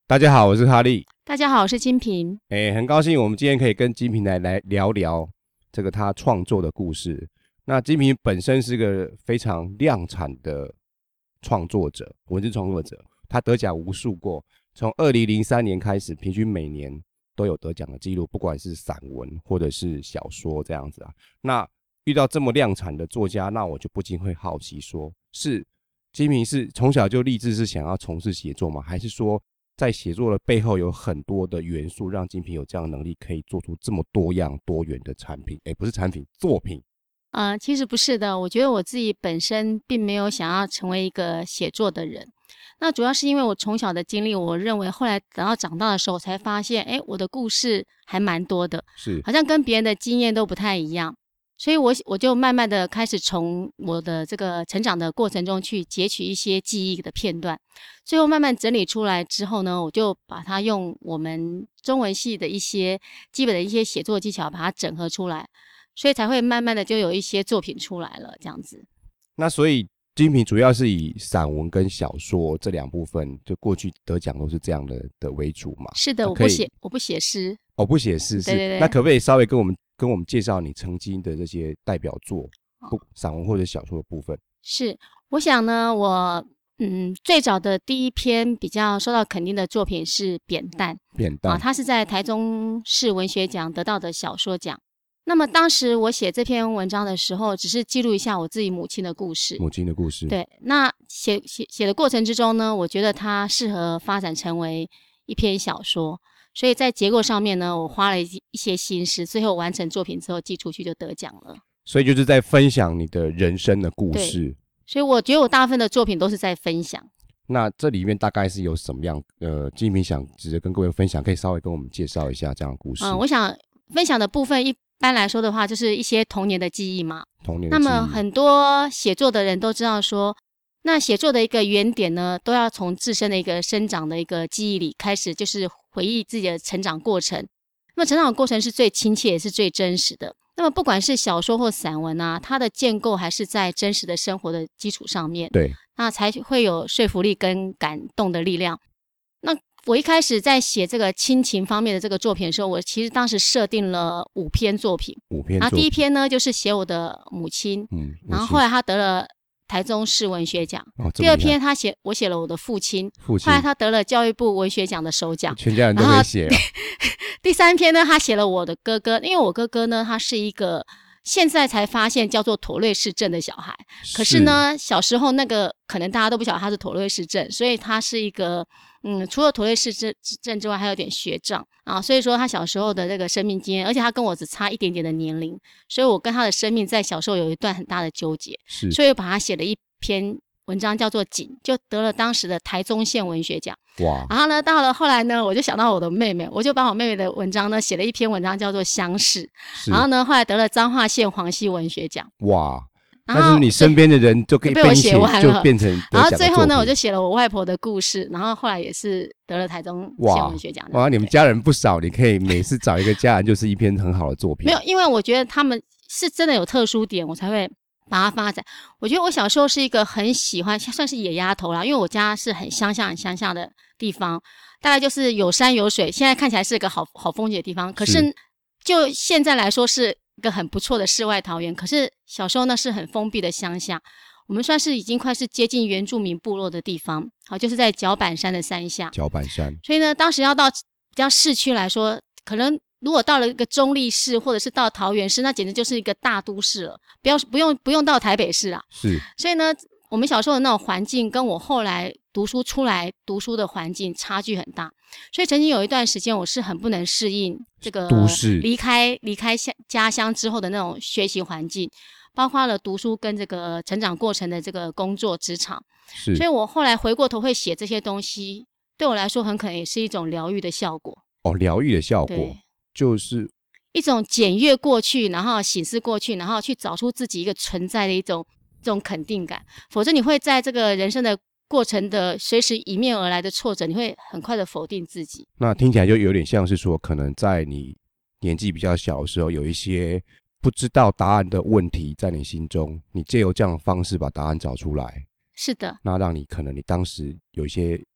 大家好，我是哈利。 大家好，我是金平。 很高兴我们今天可以跟金平来聊聊这个他创作的故事。那金平本身是个非常量产的创作者，文字创作者，他得奖无数过，从2003年开始，平均每年都有得奖的记录，不管是散文或者是小说这样子啊。那遇到这么量产的作家，那我就不禁会好奇说，是金平是从小就立志是想要从事写作吗？还是说在写作的背后有很多的元素，让金平有这样的能力，可以做出这么多样多元的产品？不是产品，作品。 其实不是的，我觉得我自己本身并没有想要成为一个写作的人。那主要是因为我从小的经历，我认为后来等到长大的时候，我才发现，我的故事还蛮多的， 是好像跟别人的经验都不太一样。所以我就慢慢的开始从我的这个成长的过程中去截取一些记忆的片段，最后慢慢整理出来之后呢，我就把它用我们中文系的一些基本的一些写作技巧把它整合出来，所以才会慢慢的就有一些作品出来了，这样子。 那所以金平主要是以散文跟小说这两部分，就过去得奖都是这样的为主嘛？ 是的，我不写诗。 不写诗，是。 对对对。 那可不可以稍微跟我们介绍你曾经的这些代表作，散文或者小说的部分？ 是，我想呢，我最早的第一篇比较受到肯定的作品是扁担。 扁担它是在台中市文学奖得到的小说奖。那么当时我写这篇文章的时候，只是记录一下我自己母亲的故事。对，那写的过程之中呢，我觉得它适合发展成为一篇小说，所以在结构上面呢，我花了一些心思，最后完成作品之后寄出去就得奖了。 所以就是在分享你的人生的故事。 所以我觉得我大部分的作品都是在分享。 那这里面大概是有什么样金平想直接跟各位分享，可以稍微跟我们介绍一下这样的故事？ 我想分享的部分一般来说的话，就是一些童年的记忆嘛。那么很多写作的人都知道说，那写作的一个原点呢，都要从自身的一个生长的一个记忆里开始，就是回忆自己的成长过程。那么成长的过程是最亲切也是最真实的。那么不管是小说或散文啊，它的建构还是在真实的生活的基础上面， 对， 那才会有说服力跟感动的力量。那我一开始在写这个亲情方面的这个作品的时候，我其实当时设定了5篇作品。然后第一篇呢就是写我的母亲，然后后来他得了台中市文学奖。第二篇我写了我的父亲，后来他得了教育部文学奖的首奖， 全家人都可以写了。 第三篇呢，他写了我的哥哥，因为我哥哥呢，他是一个现在才发现叫做妥瑞氏症的小孩，可是呢，小时候那个可能大家都不晓得他是妥瑞氏症，所以他是一个除了妥瑞氏症之外，还有点学障啊，所以说他小时候的这个生命经验，而且他跟我只差一点点的年龄，所以我跟他的生命在小时候有一段很大的纠结，所以把他写了一篇文章叫做《景》，就得了当时的台中县文学奖。 哇！ 然后呢，到了后来呢，我就想到我的妹妹，我就把我妹妹的文章呢写了一篇文章叫做《相识》，然后呢，后来得了彰化县黄溪文学奖。 哇！但是你身边的人就可以被我写完了，就变成得奖的作品。 然后最后呢，我就写了我外婆的故事，然后后来也是得了台中县文学奖。 哇！你们家人不少，你可以每次找一个家人，就是一篇很好的作品。 没有，因为我觉得他们是真的有特殊点，我才会把它发展。我觉得我小时候是一个很喜欢，算是野丫头啦，因为我家是很乡下的地方，大概就是有山有水，现在看起来是一个好风景的地方，可是就现在来说是一个很不错的世外桃源。可是小时候呢是很封闭的乡下，我们算是已经快是接近原住民部落的地方，好，就是在角板山的山下。 角板山。 所以呢，当时要到比较市区来说，可能如果到了一个中立市或者是到桃园市，那简直就是一个大都市了，不用到台北市啊。 是。 所以呢，我们小时候的那种环境跟我后来出来读书的环境差距很大，所以曾经有一段时间我是很不能适应这个都市， 离开家乡之后的那种学习环境，包括了读书跟这个成长过程的这个工作职场。 是。 所以我后来回过头会写这些东西，对我来说很可能也是一种疗愈的效果。 疗愈的效果就是一种检阅过去，然后省思过去，然后去找出自己一个存在的这种肯定感。否则你会在这个人生的过程的随时迎面而来的挫折，你会很快的否定自己。 那听起来就有点像是说，可能在你年纪比较小的时候，有一些不知道答案的问题在你心中，你借由这样的方式把答案找出来。 是的。 那让你可能你当时有一些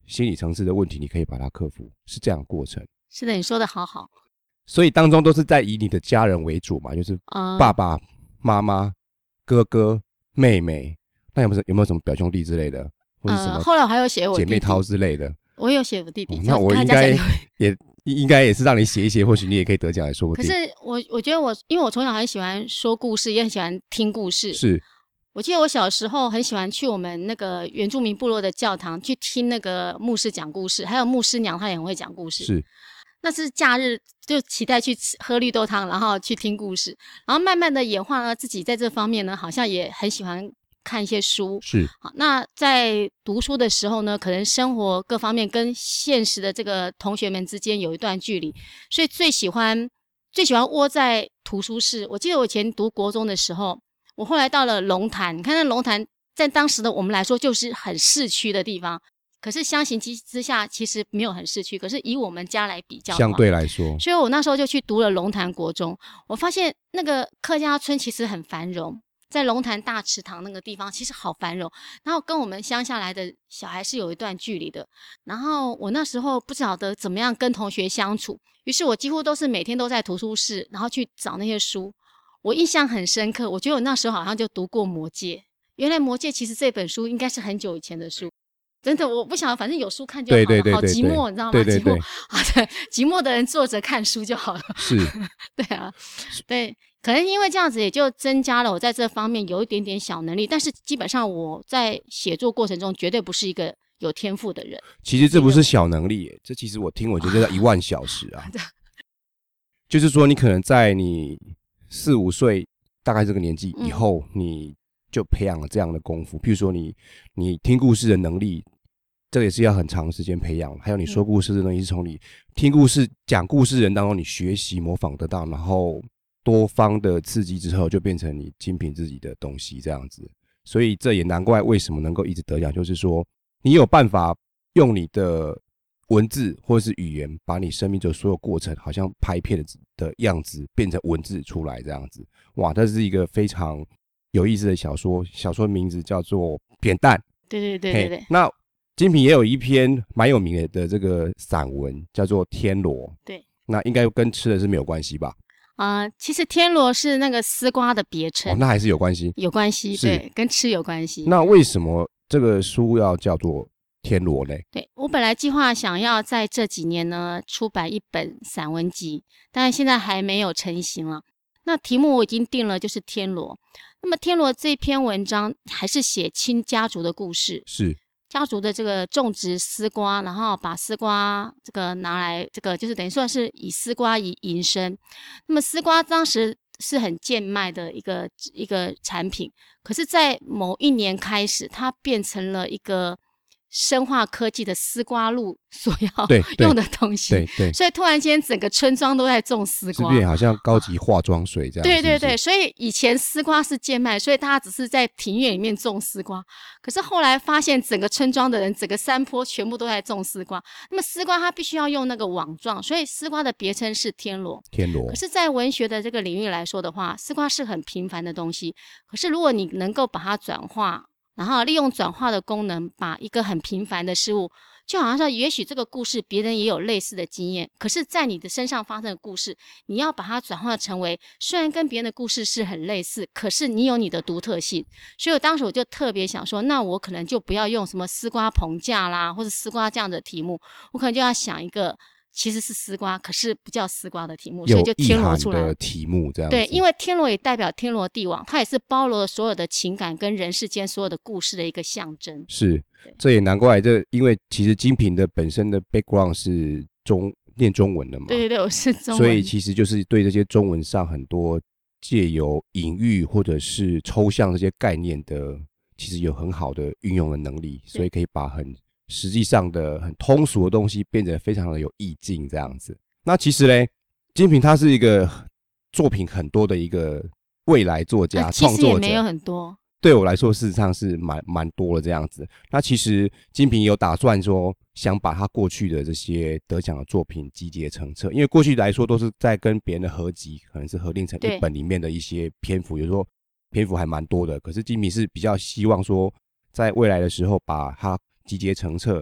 心理层次的问题，你可以把它克服，是这样的过程。 是的，你说的好好。 所以当中都是在以你的家人为主嘛，就是爸爸妈妈、哥哥、妹妹，那有没有什么表兄弟之类的，或者什么后来我还有写我姐妹淘之类的？ 我有写我弟弟， 那我应该也是让你写一写，或许你也可以得奖来说不定。 可是我觉得因为我从小很喜欢说故事，也很喜欢听故事。 是，我记得我小时候很喜欢去我们那个原住民部落的教堂去听那个牧师讲故事，还有牧师娘她也很会讲故事。 是， 那是假日就期待去喝绿豆汤，然后去听故事，然后慢慢的演化呢，自己在这方面呢好像也很喜欢看一些书。 是， 好，那在读书的时候呢，可能生活各方面跟现实的这个同学们之间有一段距离，所以最喜欢窝在图书室。我记得我以前读国中的时候，我后来到了龙潭，你看那龙潭在当时的我们来说就是很市区的地方，可是相形之下其实没有很市区，可是以我们家来比较， 相对来说， 所以我那时候就去读了龙潭国中。我发现那个客家村其实很繁荣，在龙潭大池塘那个地方其实好繁荣，然后跟我们乡下来的小孩是有一段距离的。然后我那时候不晓得怎么样跟同学相处，于是我几乎都是每天都在图书室，然后去找那些书。我印象很深刻，我觉得我那时候好像就读过《魔戒》。原来《魔戒》其实这本书应该是很久以前的书，真的我不晓得，反正有书看就好了。 对， 好寂寞，你知道吗？ 对， 寂寞的人坐着看书就好了。 是， 对啊，对，可能因为这样子也就增加了我在这方面有一点点小能力，但是基本上我在写作过程中绝对不是一个有天赋的人。 其实这不是小能力耶，这其实我觉得叫10000小时啊。就是说你可能在你4、5岁大概这个年纪以后，你就培养了这样的功夫。譬如说你听故事的能力，这也是要很长时间培养。还有你说故事的能力，是从你听故事、讲故事的人当中你学习模仿得到，然后多方的刺激之后，就变成你精品自己的东西这样子。所以这也难怪为什么能够一直得奖，就是说你有办法用你的文字或者是语言，把你生命中所有过程，好像拍片的样子变成文字出来这样子。哇，这是一个非常有意思的小说，小说名字叫做《扁担》。 对。 那精品也有一篇蛮有名的这个散文，叫做《天罗》。 对， 那应该跟吃的是没有关系吧？ 其实天罗是那个丝瓜的别称。 那还是有关系。 有关系，对，跟吃有关系。 那为什么这个书要叫做天罗呢？ 对，我本来计划想要在这几年呢出版一本散文集，但现在还没有成型了。那题目我已经定了，就是天罗。那么天罗这篇文章还是写清家族的故事， 是家族的这个种植丝瓜，然后把丝瓜这个拿来，这个就是等于算是以丝瓜营生。那么丝瓜当时是很贱卖的一个产品，可是在某一年开始，它变成了一个生化科技的丝瓜露所要用的东西。 对， 所以突然间整个村庄都在种丝瓜， 是不是好像高级化妆水这样？ 对，所以以前丝瓜是贱卖，所以大家只是在庭院里面种丝瓜。可是后来发现整个村庄的人，整个山坡全部都在种丝瓜。那么丝瓜它必须要用那个网状，所以丝瓜的别称是天罗。可是在文学的这个领域来说的话，丝瓜是很平凡的东西。可是如果你能够把它转化，然后利用转化的功能，把一个很平凡的事物，就好像说也许这个故事别人也有类似的经验，可是在你的身上发生的故事，你要把它转化成为虽然跟别人的故事是很类似，可是你有你的独特性。所以我当时我就特别想说，那我可能就不要用什么丝瓜棚架啦，或者丝瓜这样的题目，我可能就要想一个其实是丝瓜，可是不叫丝瓜的题目，所以就天罗出来的题目这样子。 对，因为天罗也代表天罗地网，它也是包罗了所有的情感跟人世间所有的故事的一个象征。 是，这也难怪，因为其实精品的本身的 background 是念中文的嘛。 对，我是中文， 所以其实就是对这些中文上很多借由隐喻或者是抽象这些概念的，其实有很好的运用的能力，所以可以把实际上的很通俗的东西变得非常的有意境这样子。那其实呢，精品他是一个作品很多的一个未来作家、创作者。 其实也没有很多， 对我来说事实上是蛮多的这样子。那其实精品有打算说想把他过去的这些得奖的作品集结成册，因为过去来说都是在跟别人的合集，可能是合订成一本里面的一些篇幅，有时候篇幅还蛮多的。可是精品是比较希望说在未来的时候把它集结成册，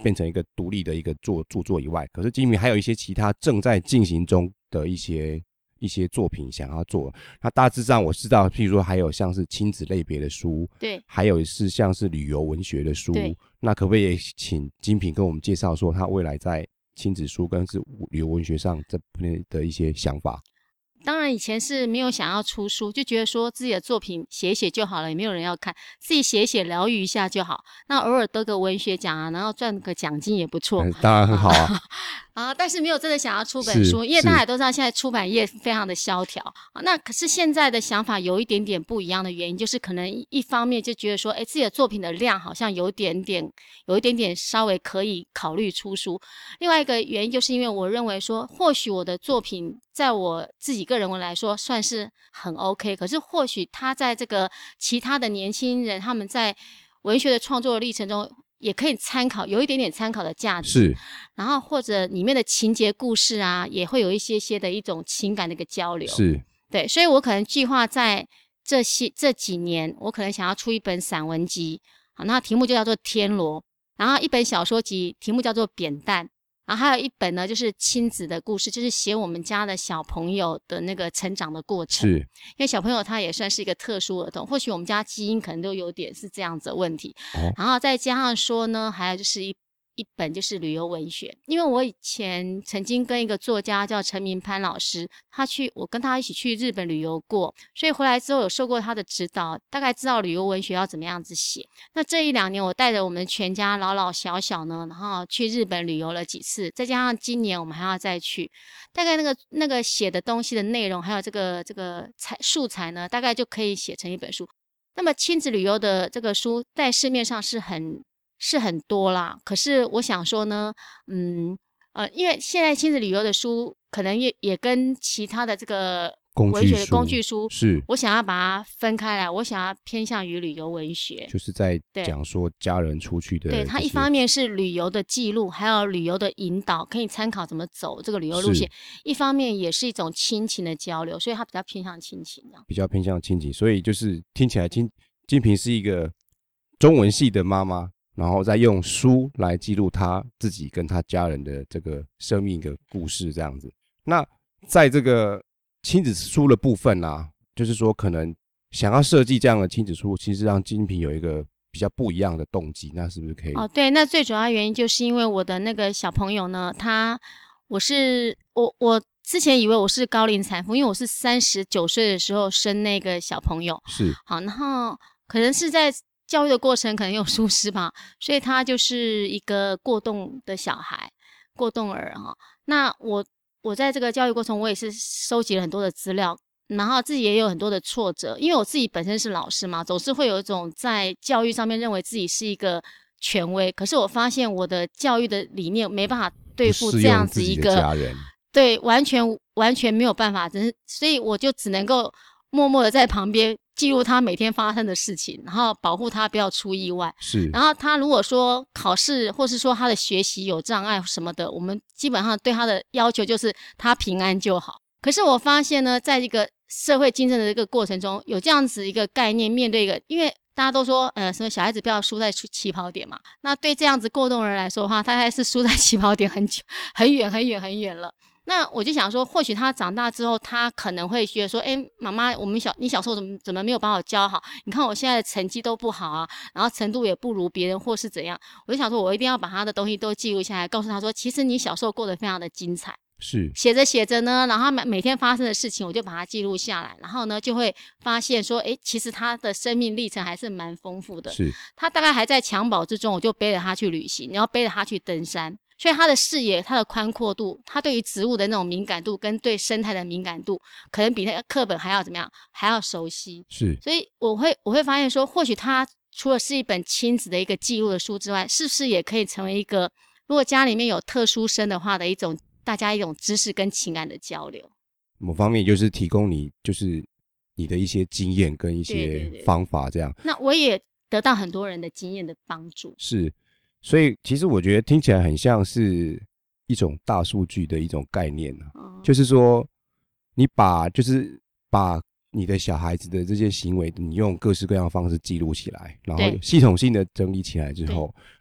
变成一个独立的一个著作以外，可是金平还有一些其他正在进行中的一些作品想要做。那大致上我知道，譬如说还有像是亲子类别的书， 对， 还有是像是旅游文学的书。 对， 那可不可以也请金平跟我们介绍说他未来在亲子书跟是旅游文学上这边的一些想法？ 当然以前是没有想要出书，就觉得说自己的作品写一写就好了，也没有人要看，自己写一写疗愈一下就好。那偶尔得个文学奖啊，然后赚个奖金也不错。 当然很好啊。 但是没有真的想要出本书，因为大家也都知道现在出版业非常的萧条。那可是现在的想法有一点点不一样的原因，就是可能一方面就觉得说，自己的作品的量好像有一点点稍微可以考虑出书。另外一个原因就是因为我认为说，或许我的作品在我自己个人来说算是很 OK， 可是或许他在这个其他的年轻人他们在文学的创作的历程中也可以参考，有一点点参考的价值。 是， 然后或者里面的情节故事啊，也会有一些的一种情感的一个交流。 是， 对，所以我可能计划在这几年，我可能想要出一本散文集，好，那题目就叫做《天罗》，然后一本小说集，题目叫做《扁担》。然后还有一本呢，就是亲子的故事，就是写我们家的小朋友的那个成长的过程。 是， 因为小朋友他也算是一个特殊儿童，或许我们家基因可能都有点是这样子的问题。然后再加上说呢，还有就是一本就是旅游文学，因为我以前曾经跟一个作家叫陈明潘老师，我跟他一起去日本旅游过，所以回来之后有受过他的指导，大概知道旅游文学要怎么样子写。那这1-2年我带着我们全家老老小小呢，然后去日本旅游了几次，再加上今年我们还要再去，大概那个写的东西的内容，还有这个素材呢，大概就可以写成一本书。那么亲子旅游的这个书在市面上是很多啦，可是我想说呢，因为现在亲子旅游的书可能也跟其他的这个文学的工具书， 是我想要把它分开来，我想要偏向于旅游文学， 就是在讲说家人出去的。 对，它一方面是旅游的记录，还有旅游的引导，可以参考怎么走这个旅游路线；一方面也是一种亲情的交流，所以它比较偏向亲情的， 比较偏向亲情。所以就是听起来金平是一个中文系的妈妈，然后再用书来记录他自己跟他家人的这个生命的故事这样子。那在这个亲子书的部分啊，就是说可能想要设计这样的亲子书，其实让金平有一个比较不一样的动机，那是不是可以？ 对，那最主要原因就是因为我的那个小朋友呢，我之前以为我是高龄产妇，因为我是39岁的时候生那个小朋友， 是好，然后可能是在教育的过程可能有疏失吧，所以他就是一个过动的小孩，过动儿哈。那我在这个教育过程，我也是收集了很多的资料，然后自己也有很多的挫折，因为我自己本身是老师嘛，总是会有一种在教育上面认为自己是一个权威，可是我发现我的教育的理念没办法对付这样子一个家人， 对，完全没有办法，所以我就只能够默默的在旁边记录他每天发生的事情，然后保护他不要出意外。 是， 然后他如果说考试或是说他的学习有障碍什么的，我们基本上对他的要求就是他平安就好。可是我发现呢，在一个社会竞争的这个过程中，有这样子一个概念，面对一个，因为大家都说什么小孩子不要输在起跑点嘛，那对这样子过动人来说的话，他还是输在起跑点很久很远很远很远了。那我就想说，或许他长大之后，他可能会觉得说，妈妈，你小时候怎么没有把我教好？你看我现在的成绩都不好啊，然后程度也不如别人，或是怎样？我就想说，我一定要把他的东西都记录下来，告诉他说，其实你小时候过得非常的精彩。 是， 写着写着呢，然后每天发生的事情，我就把它记录下来，然后呢，就会发现说，其实他的生命历程还是蛮丰富的。 是， 他大概还在襁褓之中，我就背着他去旅行，然后背着他去登山。所以他的视野，他的宽阔度，他对于植物的那种敏感度跟对生态的敏感度，可能比那个课本还要怎么样，还要熟悉。 是， 所以我会发现说，或许他除了是一本亲子的一个记录的书之外，是不是也可以成为一个，如果家里面有特殊生的话的大家一种知识跟情感的交流。 某方面就是提供你你的一些经验跟一些方法这样。 那我也得到很多人的经验的帮助。 是。所以其实我觉得听起来很像是一种大数据的一种概念就是说你把你的小孩子的这些行为，你用各式各样的方式记录起来，然后系统性的整理起来之后，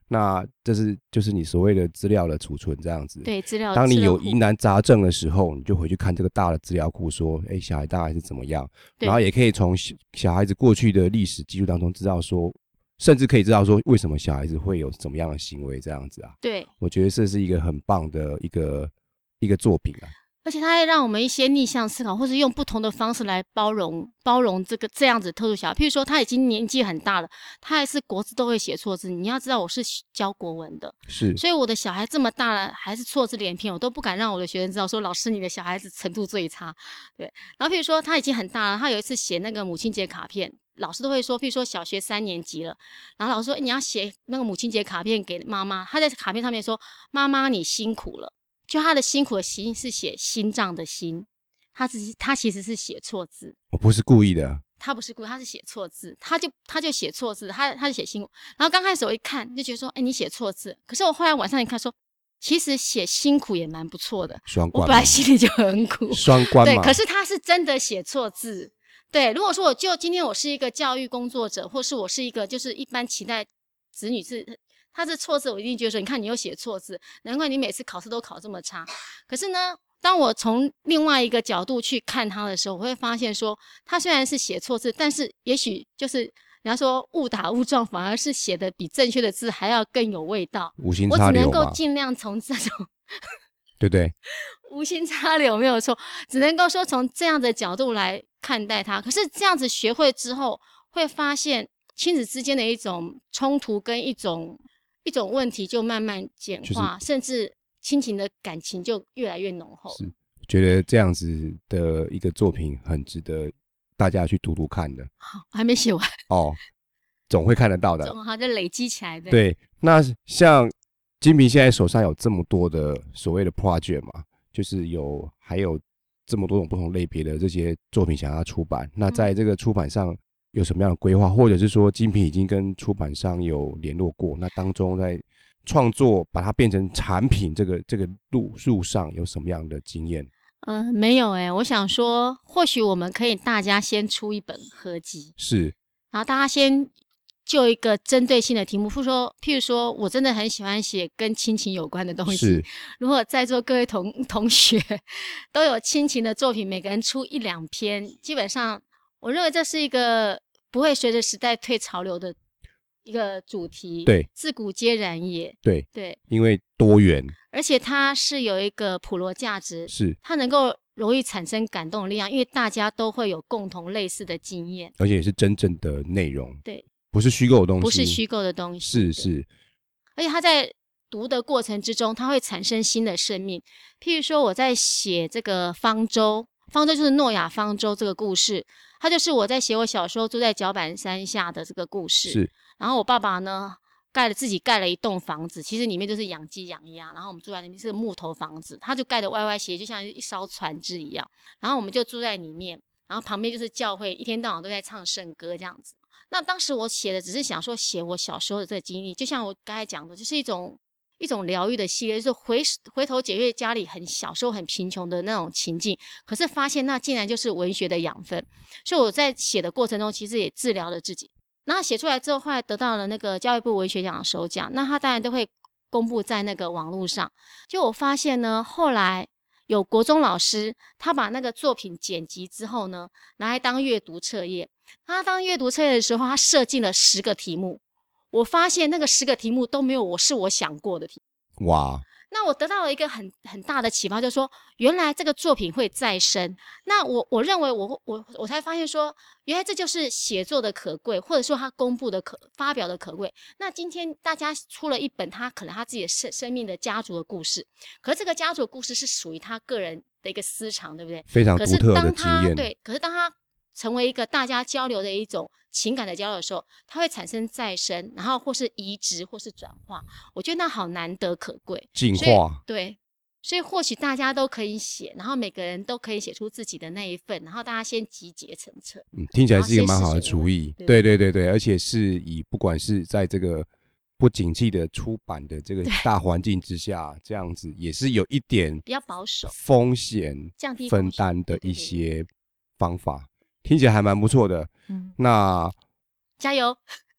那就是你所谓的资料的储存这样子。 对，资料。 当你有疑难杂症的时候，你就回去看这个大的资料库，说，小孩大概是怎么样，然后也可以从小孩子过去的历史记录当中知道说，甚至可以知道说为什么小孩子会有怎么样的行为这样子啊。 对， 我觉得这是一个很棒的一个作品啊。 而且它会让我们一些逆向思考，或是用不同的方式来包容这样子特殊小孩。譬如说，他已经年纪很大了，他还是国字都会写错字。你要知道，我是教国文的， 是， 所以我的小孩这么大了，还是错字连篇，我都不敢让我的学生知道说，老师你的小孩子程度最差。对，然后譬如说他已经很大了，他有一次写那个母亲节卡片，老师都会说，譬如说小学3年级了，然后老师说你要写那个母亲节卡片给妈妈，他在卡片上面说，妈妈你辛苦了。就他的辛苦的心是写心脏的心，他其实是写错字。 我不是故意的。 他不是故意，他是写错字，他就写错字，他就写辛苦。然后刚开始我一看就觉得说，你写错字。可是我后来晚上一看说，其实写辛苦也蛮不错的。 双关， 我本来心里就很苦。 双关嘛。 对，可是他是真的写错字。对，如果说今天我是一个教育工作者，或是我是一个就是一般期待子女是。他是错字，我一定觉得说，你看你又写错字，难怪你每次考试都考这么差。可是呢，当我从另外一个角度去看他的时候，我会发现说，他虽然是写错字，但是也许就是人家说误打误撞，反而是写的比正确的字还要更有味道。 无心插柳嘛。 我只能够尽量从这种对不对？ 无心插柳没有错，只能够说从这样的角度来看待他。可是这样子学会之后，会发现亲子之间的一种冲突跟一种问题就慢慢简化，甚至亲情的感情就越来越浓厚。 是，觉得这样子的一个作品很值得大家去读看的。 好，还没写完哦，总会看得到的， 总好就累积起来的。 对，那像金平现在手上有这么多的所谓的 project 嘛，就是还有这么多种不同类别的这些作品想要出版，那在这个出版上有什么样的规划，或者是说金平已经跟出版商有联络过，那当中在创作把它变成产品这个路上有什么样的经验？ 没有我想说或许我们可以大家先出一本合集， 是， 然后大家先就一个针对性的题目，譬如说我真的很喜欢写跟亲情有关的东西，如果在座各位同学都有亲情的作品，每个人出1-2篇，基本上我认为这是一个不会随着时代退潮流的一个主题。 对， 自古皆然也。 对，因为多元， 而且它是有一个普罗价值， 是它能够容易产生感动的力量，因为大家都会有共同类似的经验， 而且也是真正的内容。 对， 不是虚构的东西， 不是虚构的东西， 是。 而且它在读的过程之中，它会产生新的生命。譬如说我在写这个方舟就是诺亚方舟这个故事，它就是我在写我小时候住在脚板山下的这个故事。 是， 然后我爸爸呢自己盖了一栋房子，其实里面就是养鸡养鸭，然后我们住在里面是个木头房子，他就盖得歪歪斜，就像一艘船只一样，然后我们就住在里面，然后旁边就是教会，一天到晚都在唱圣歌这样子。那当时我写的只是想说写我小时候的这个经历，就像我刚才讲的，就是一种疗愈的系列，就是回头检阅家里小时候很贫穷的那种情境，可是发现那竟然就是文学的养分，所以我在写的过程中其实也治疗了自己。然后写出来之后，后来得到了那个教育部文学奖的首奖，那他当然都会公布在那个网络上。就我发现呢，后来有国中老师，他把那个作品剪辑之后呢，拿来当阅读册页。他当阅读册页的时候，他设计了10个题目。我发现那个10个题目都没有我想过的题目。 哇！ 那我得到了一个很大的启发，就是说原来这个作品会再生。那我认为我才发现说，原来这就是写作的可贵，或者说他公布的发表的可贵。那今天大家出了一本可能他自己的生命的家族的故事，可是这个家族的故事是属于他个人的一个私藏，对不对？ 非常独特的经验。 对，可是当他成为一个大家交流的一种情感的交流的时候，它会产生再生，然后或是移植或是转化，我觉得那好难得可贵， 进化。 对，所以或许大家都可以写，然后每个人都可以写出自己的那一份，然后大家先集结成册。 听起来是一个蛮好的主意。对，而且是以不管是在这个不景气的出版的这个大环境之下，这样子也是有一点比较保守风险降低分担的一些方法。听起来还蛮不错的。那加油。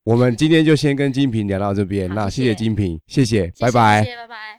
我们今天就先跟金平聊到这边，那谢谢金平，谢谢，拜拜。 谢谢，拜拜。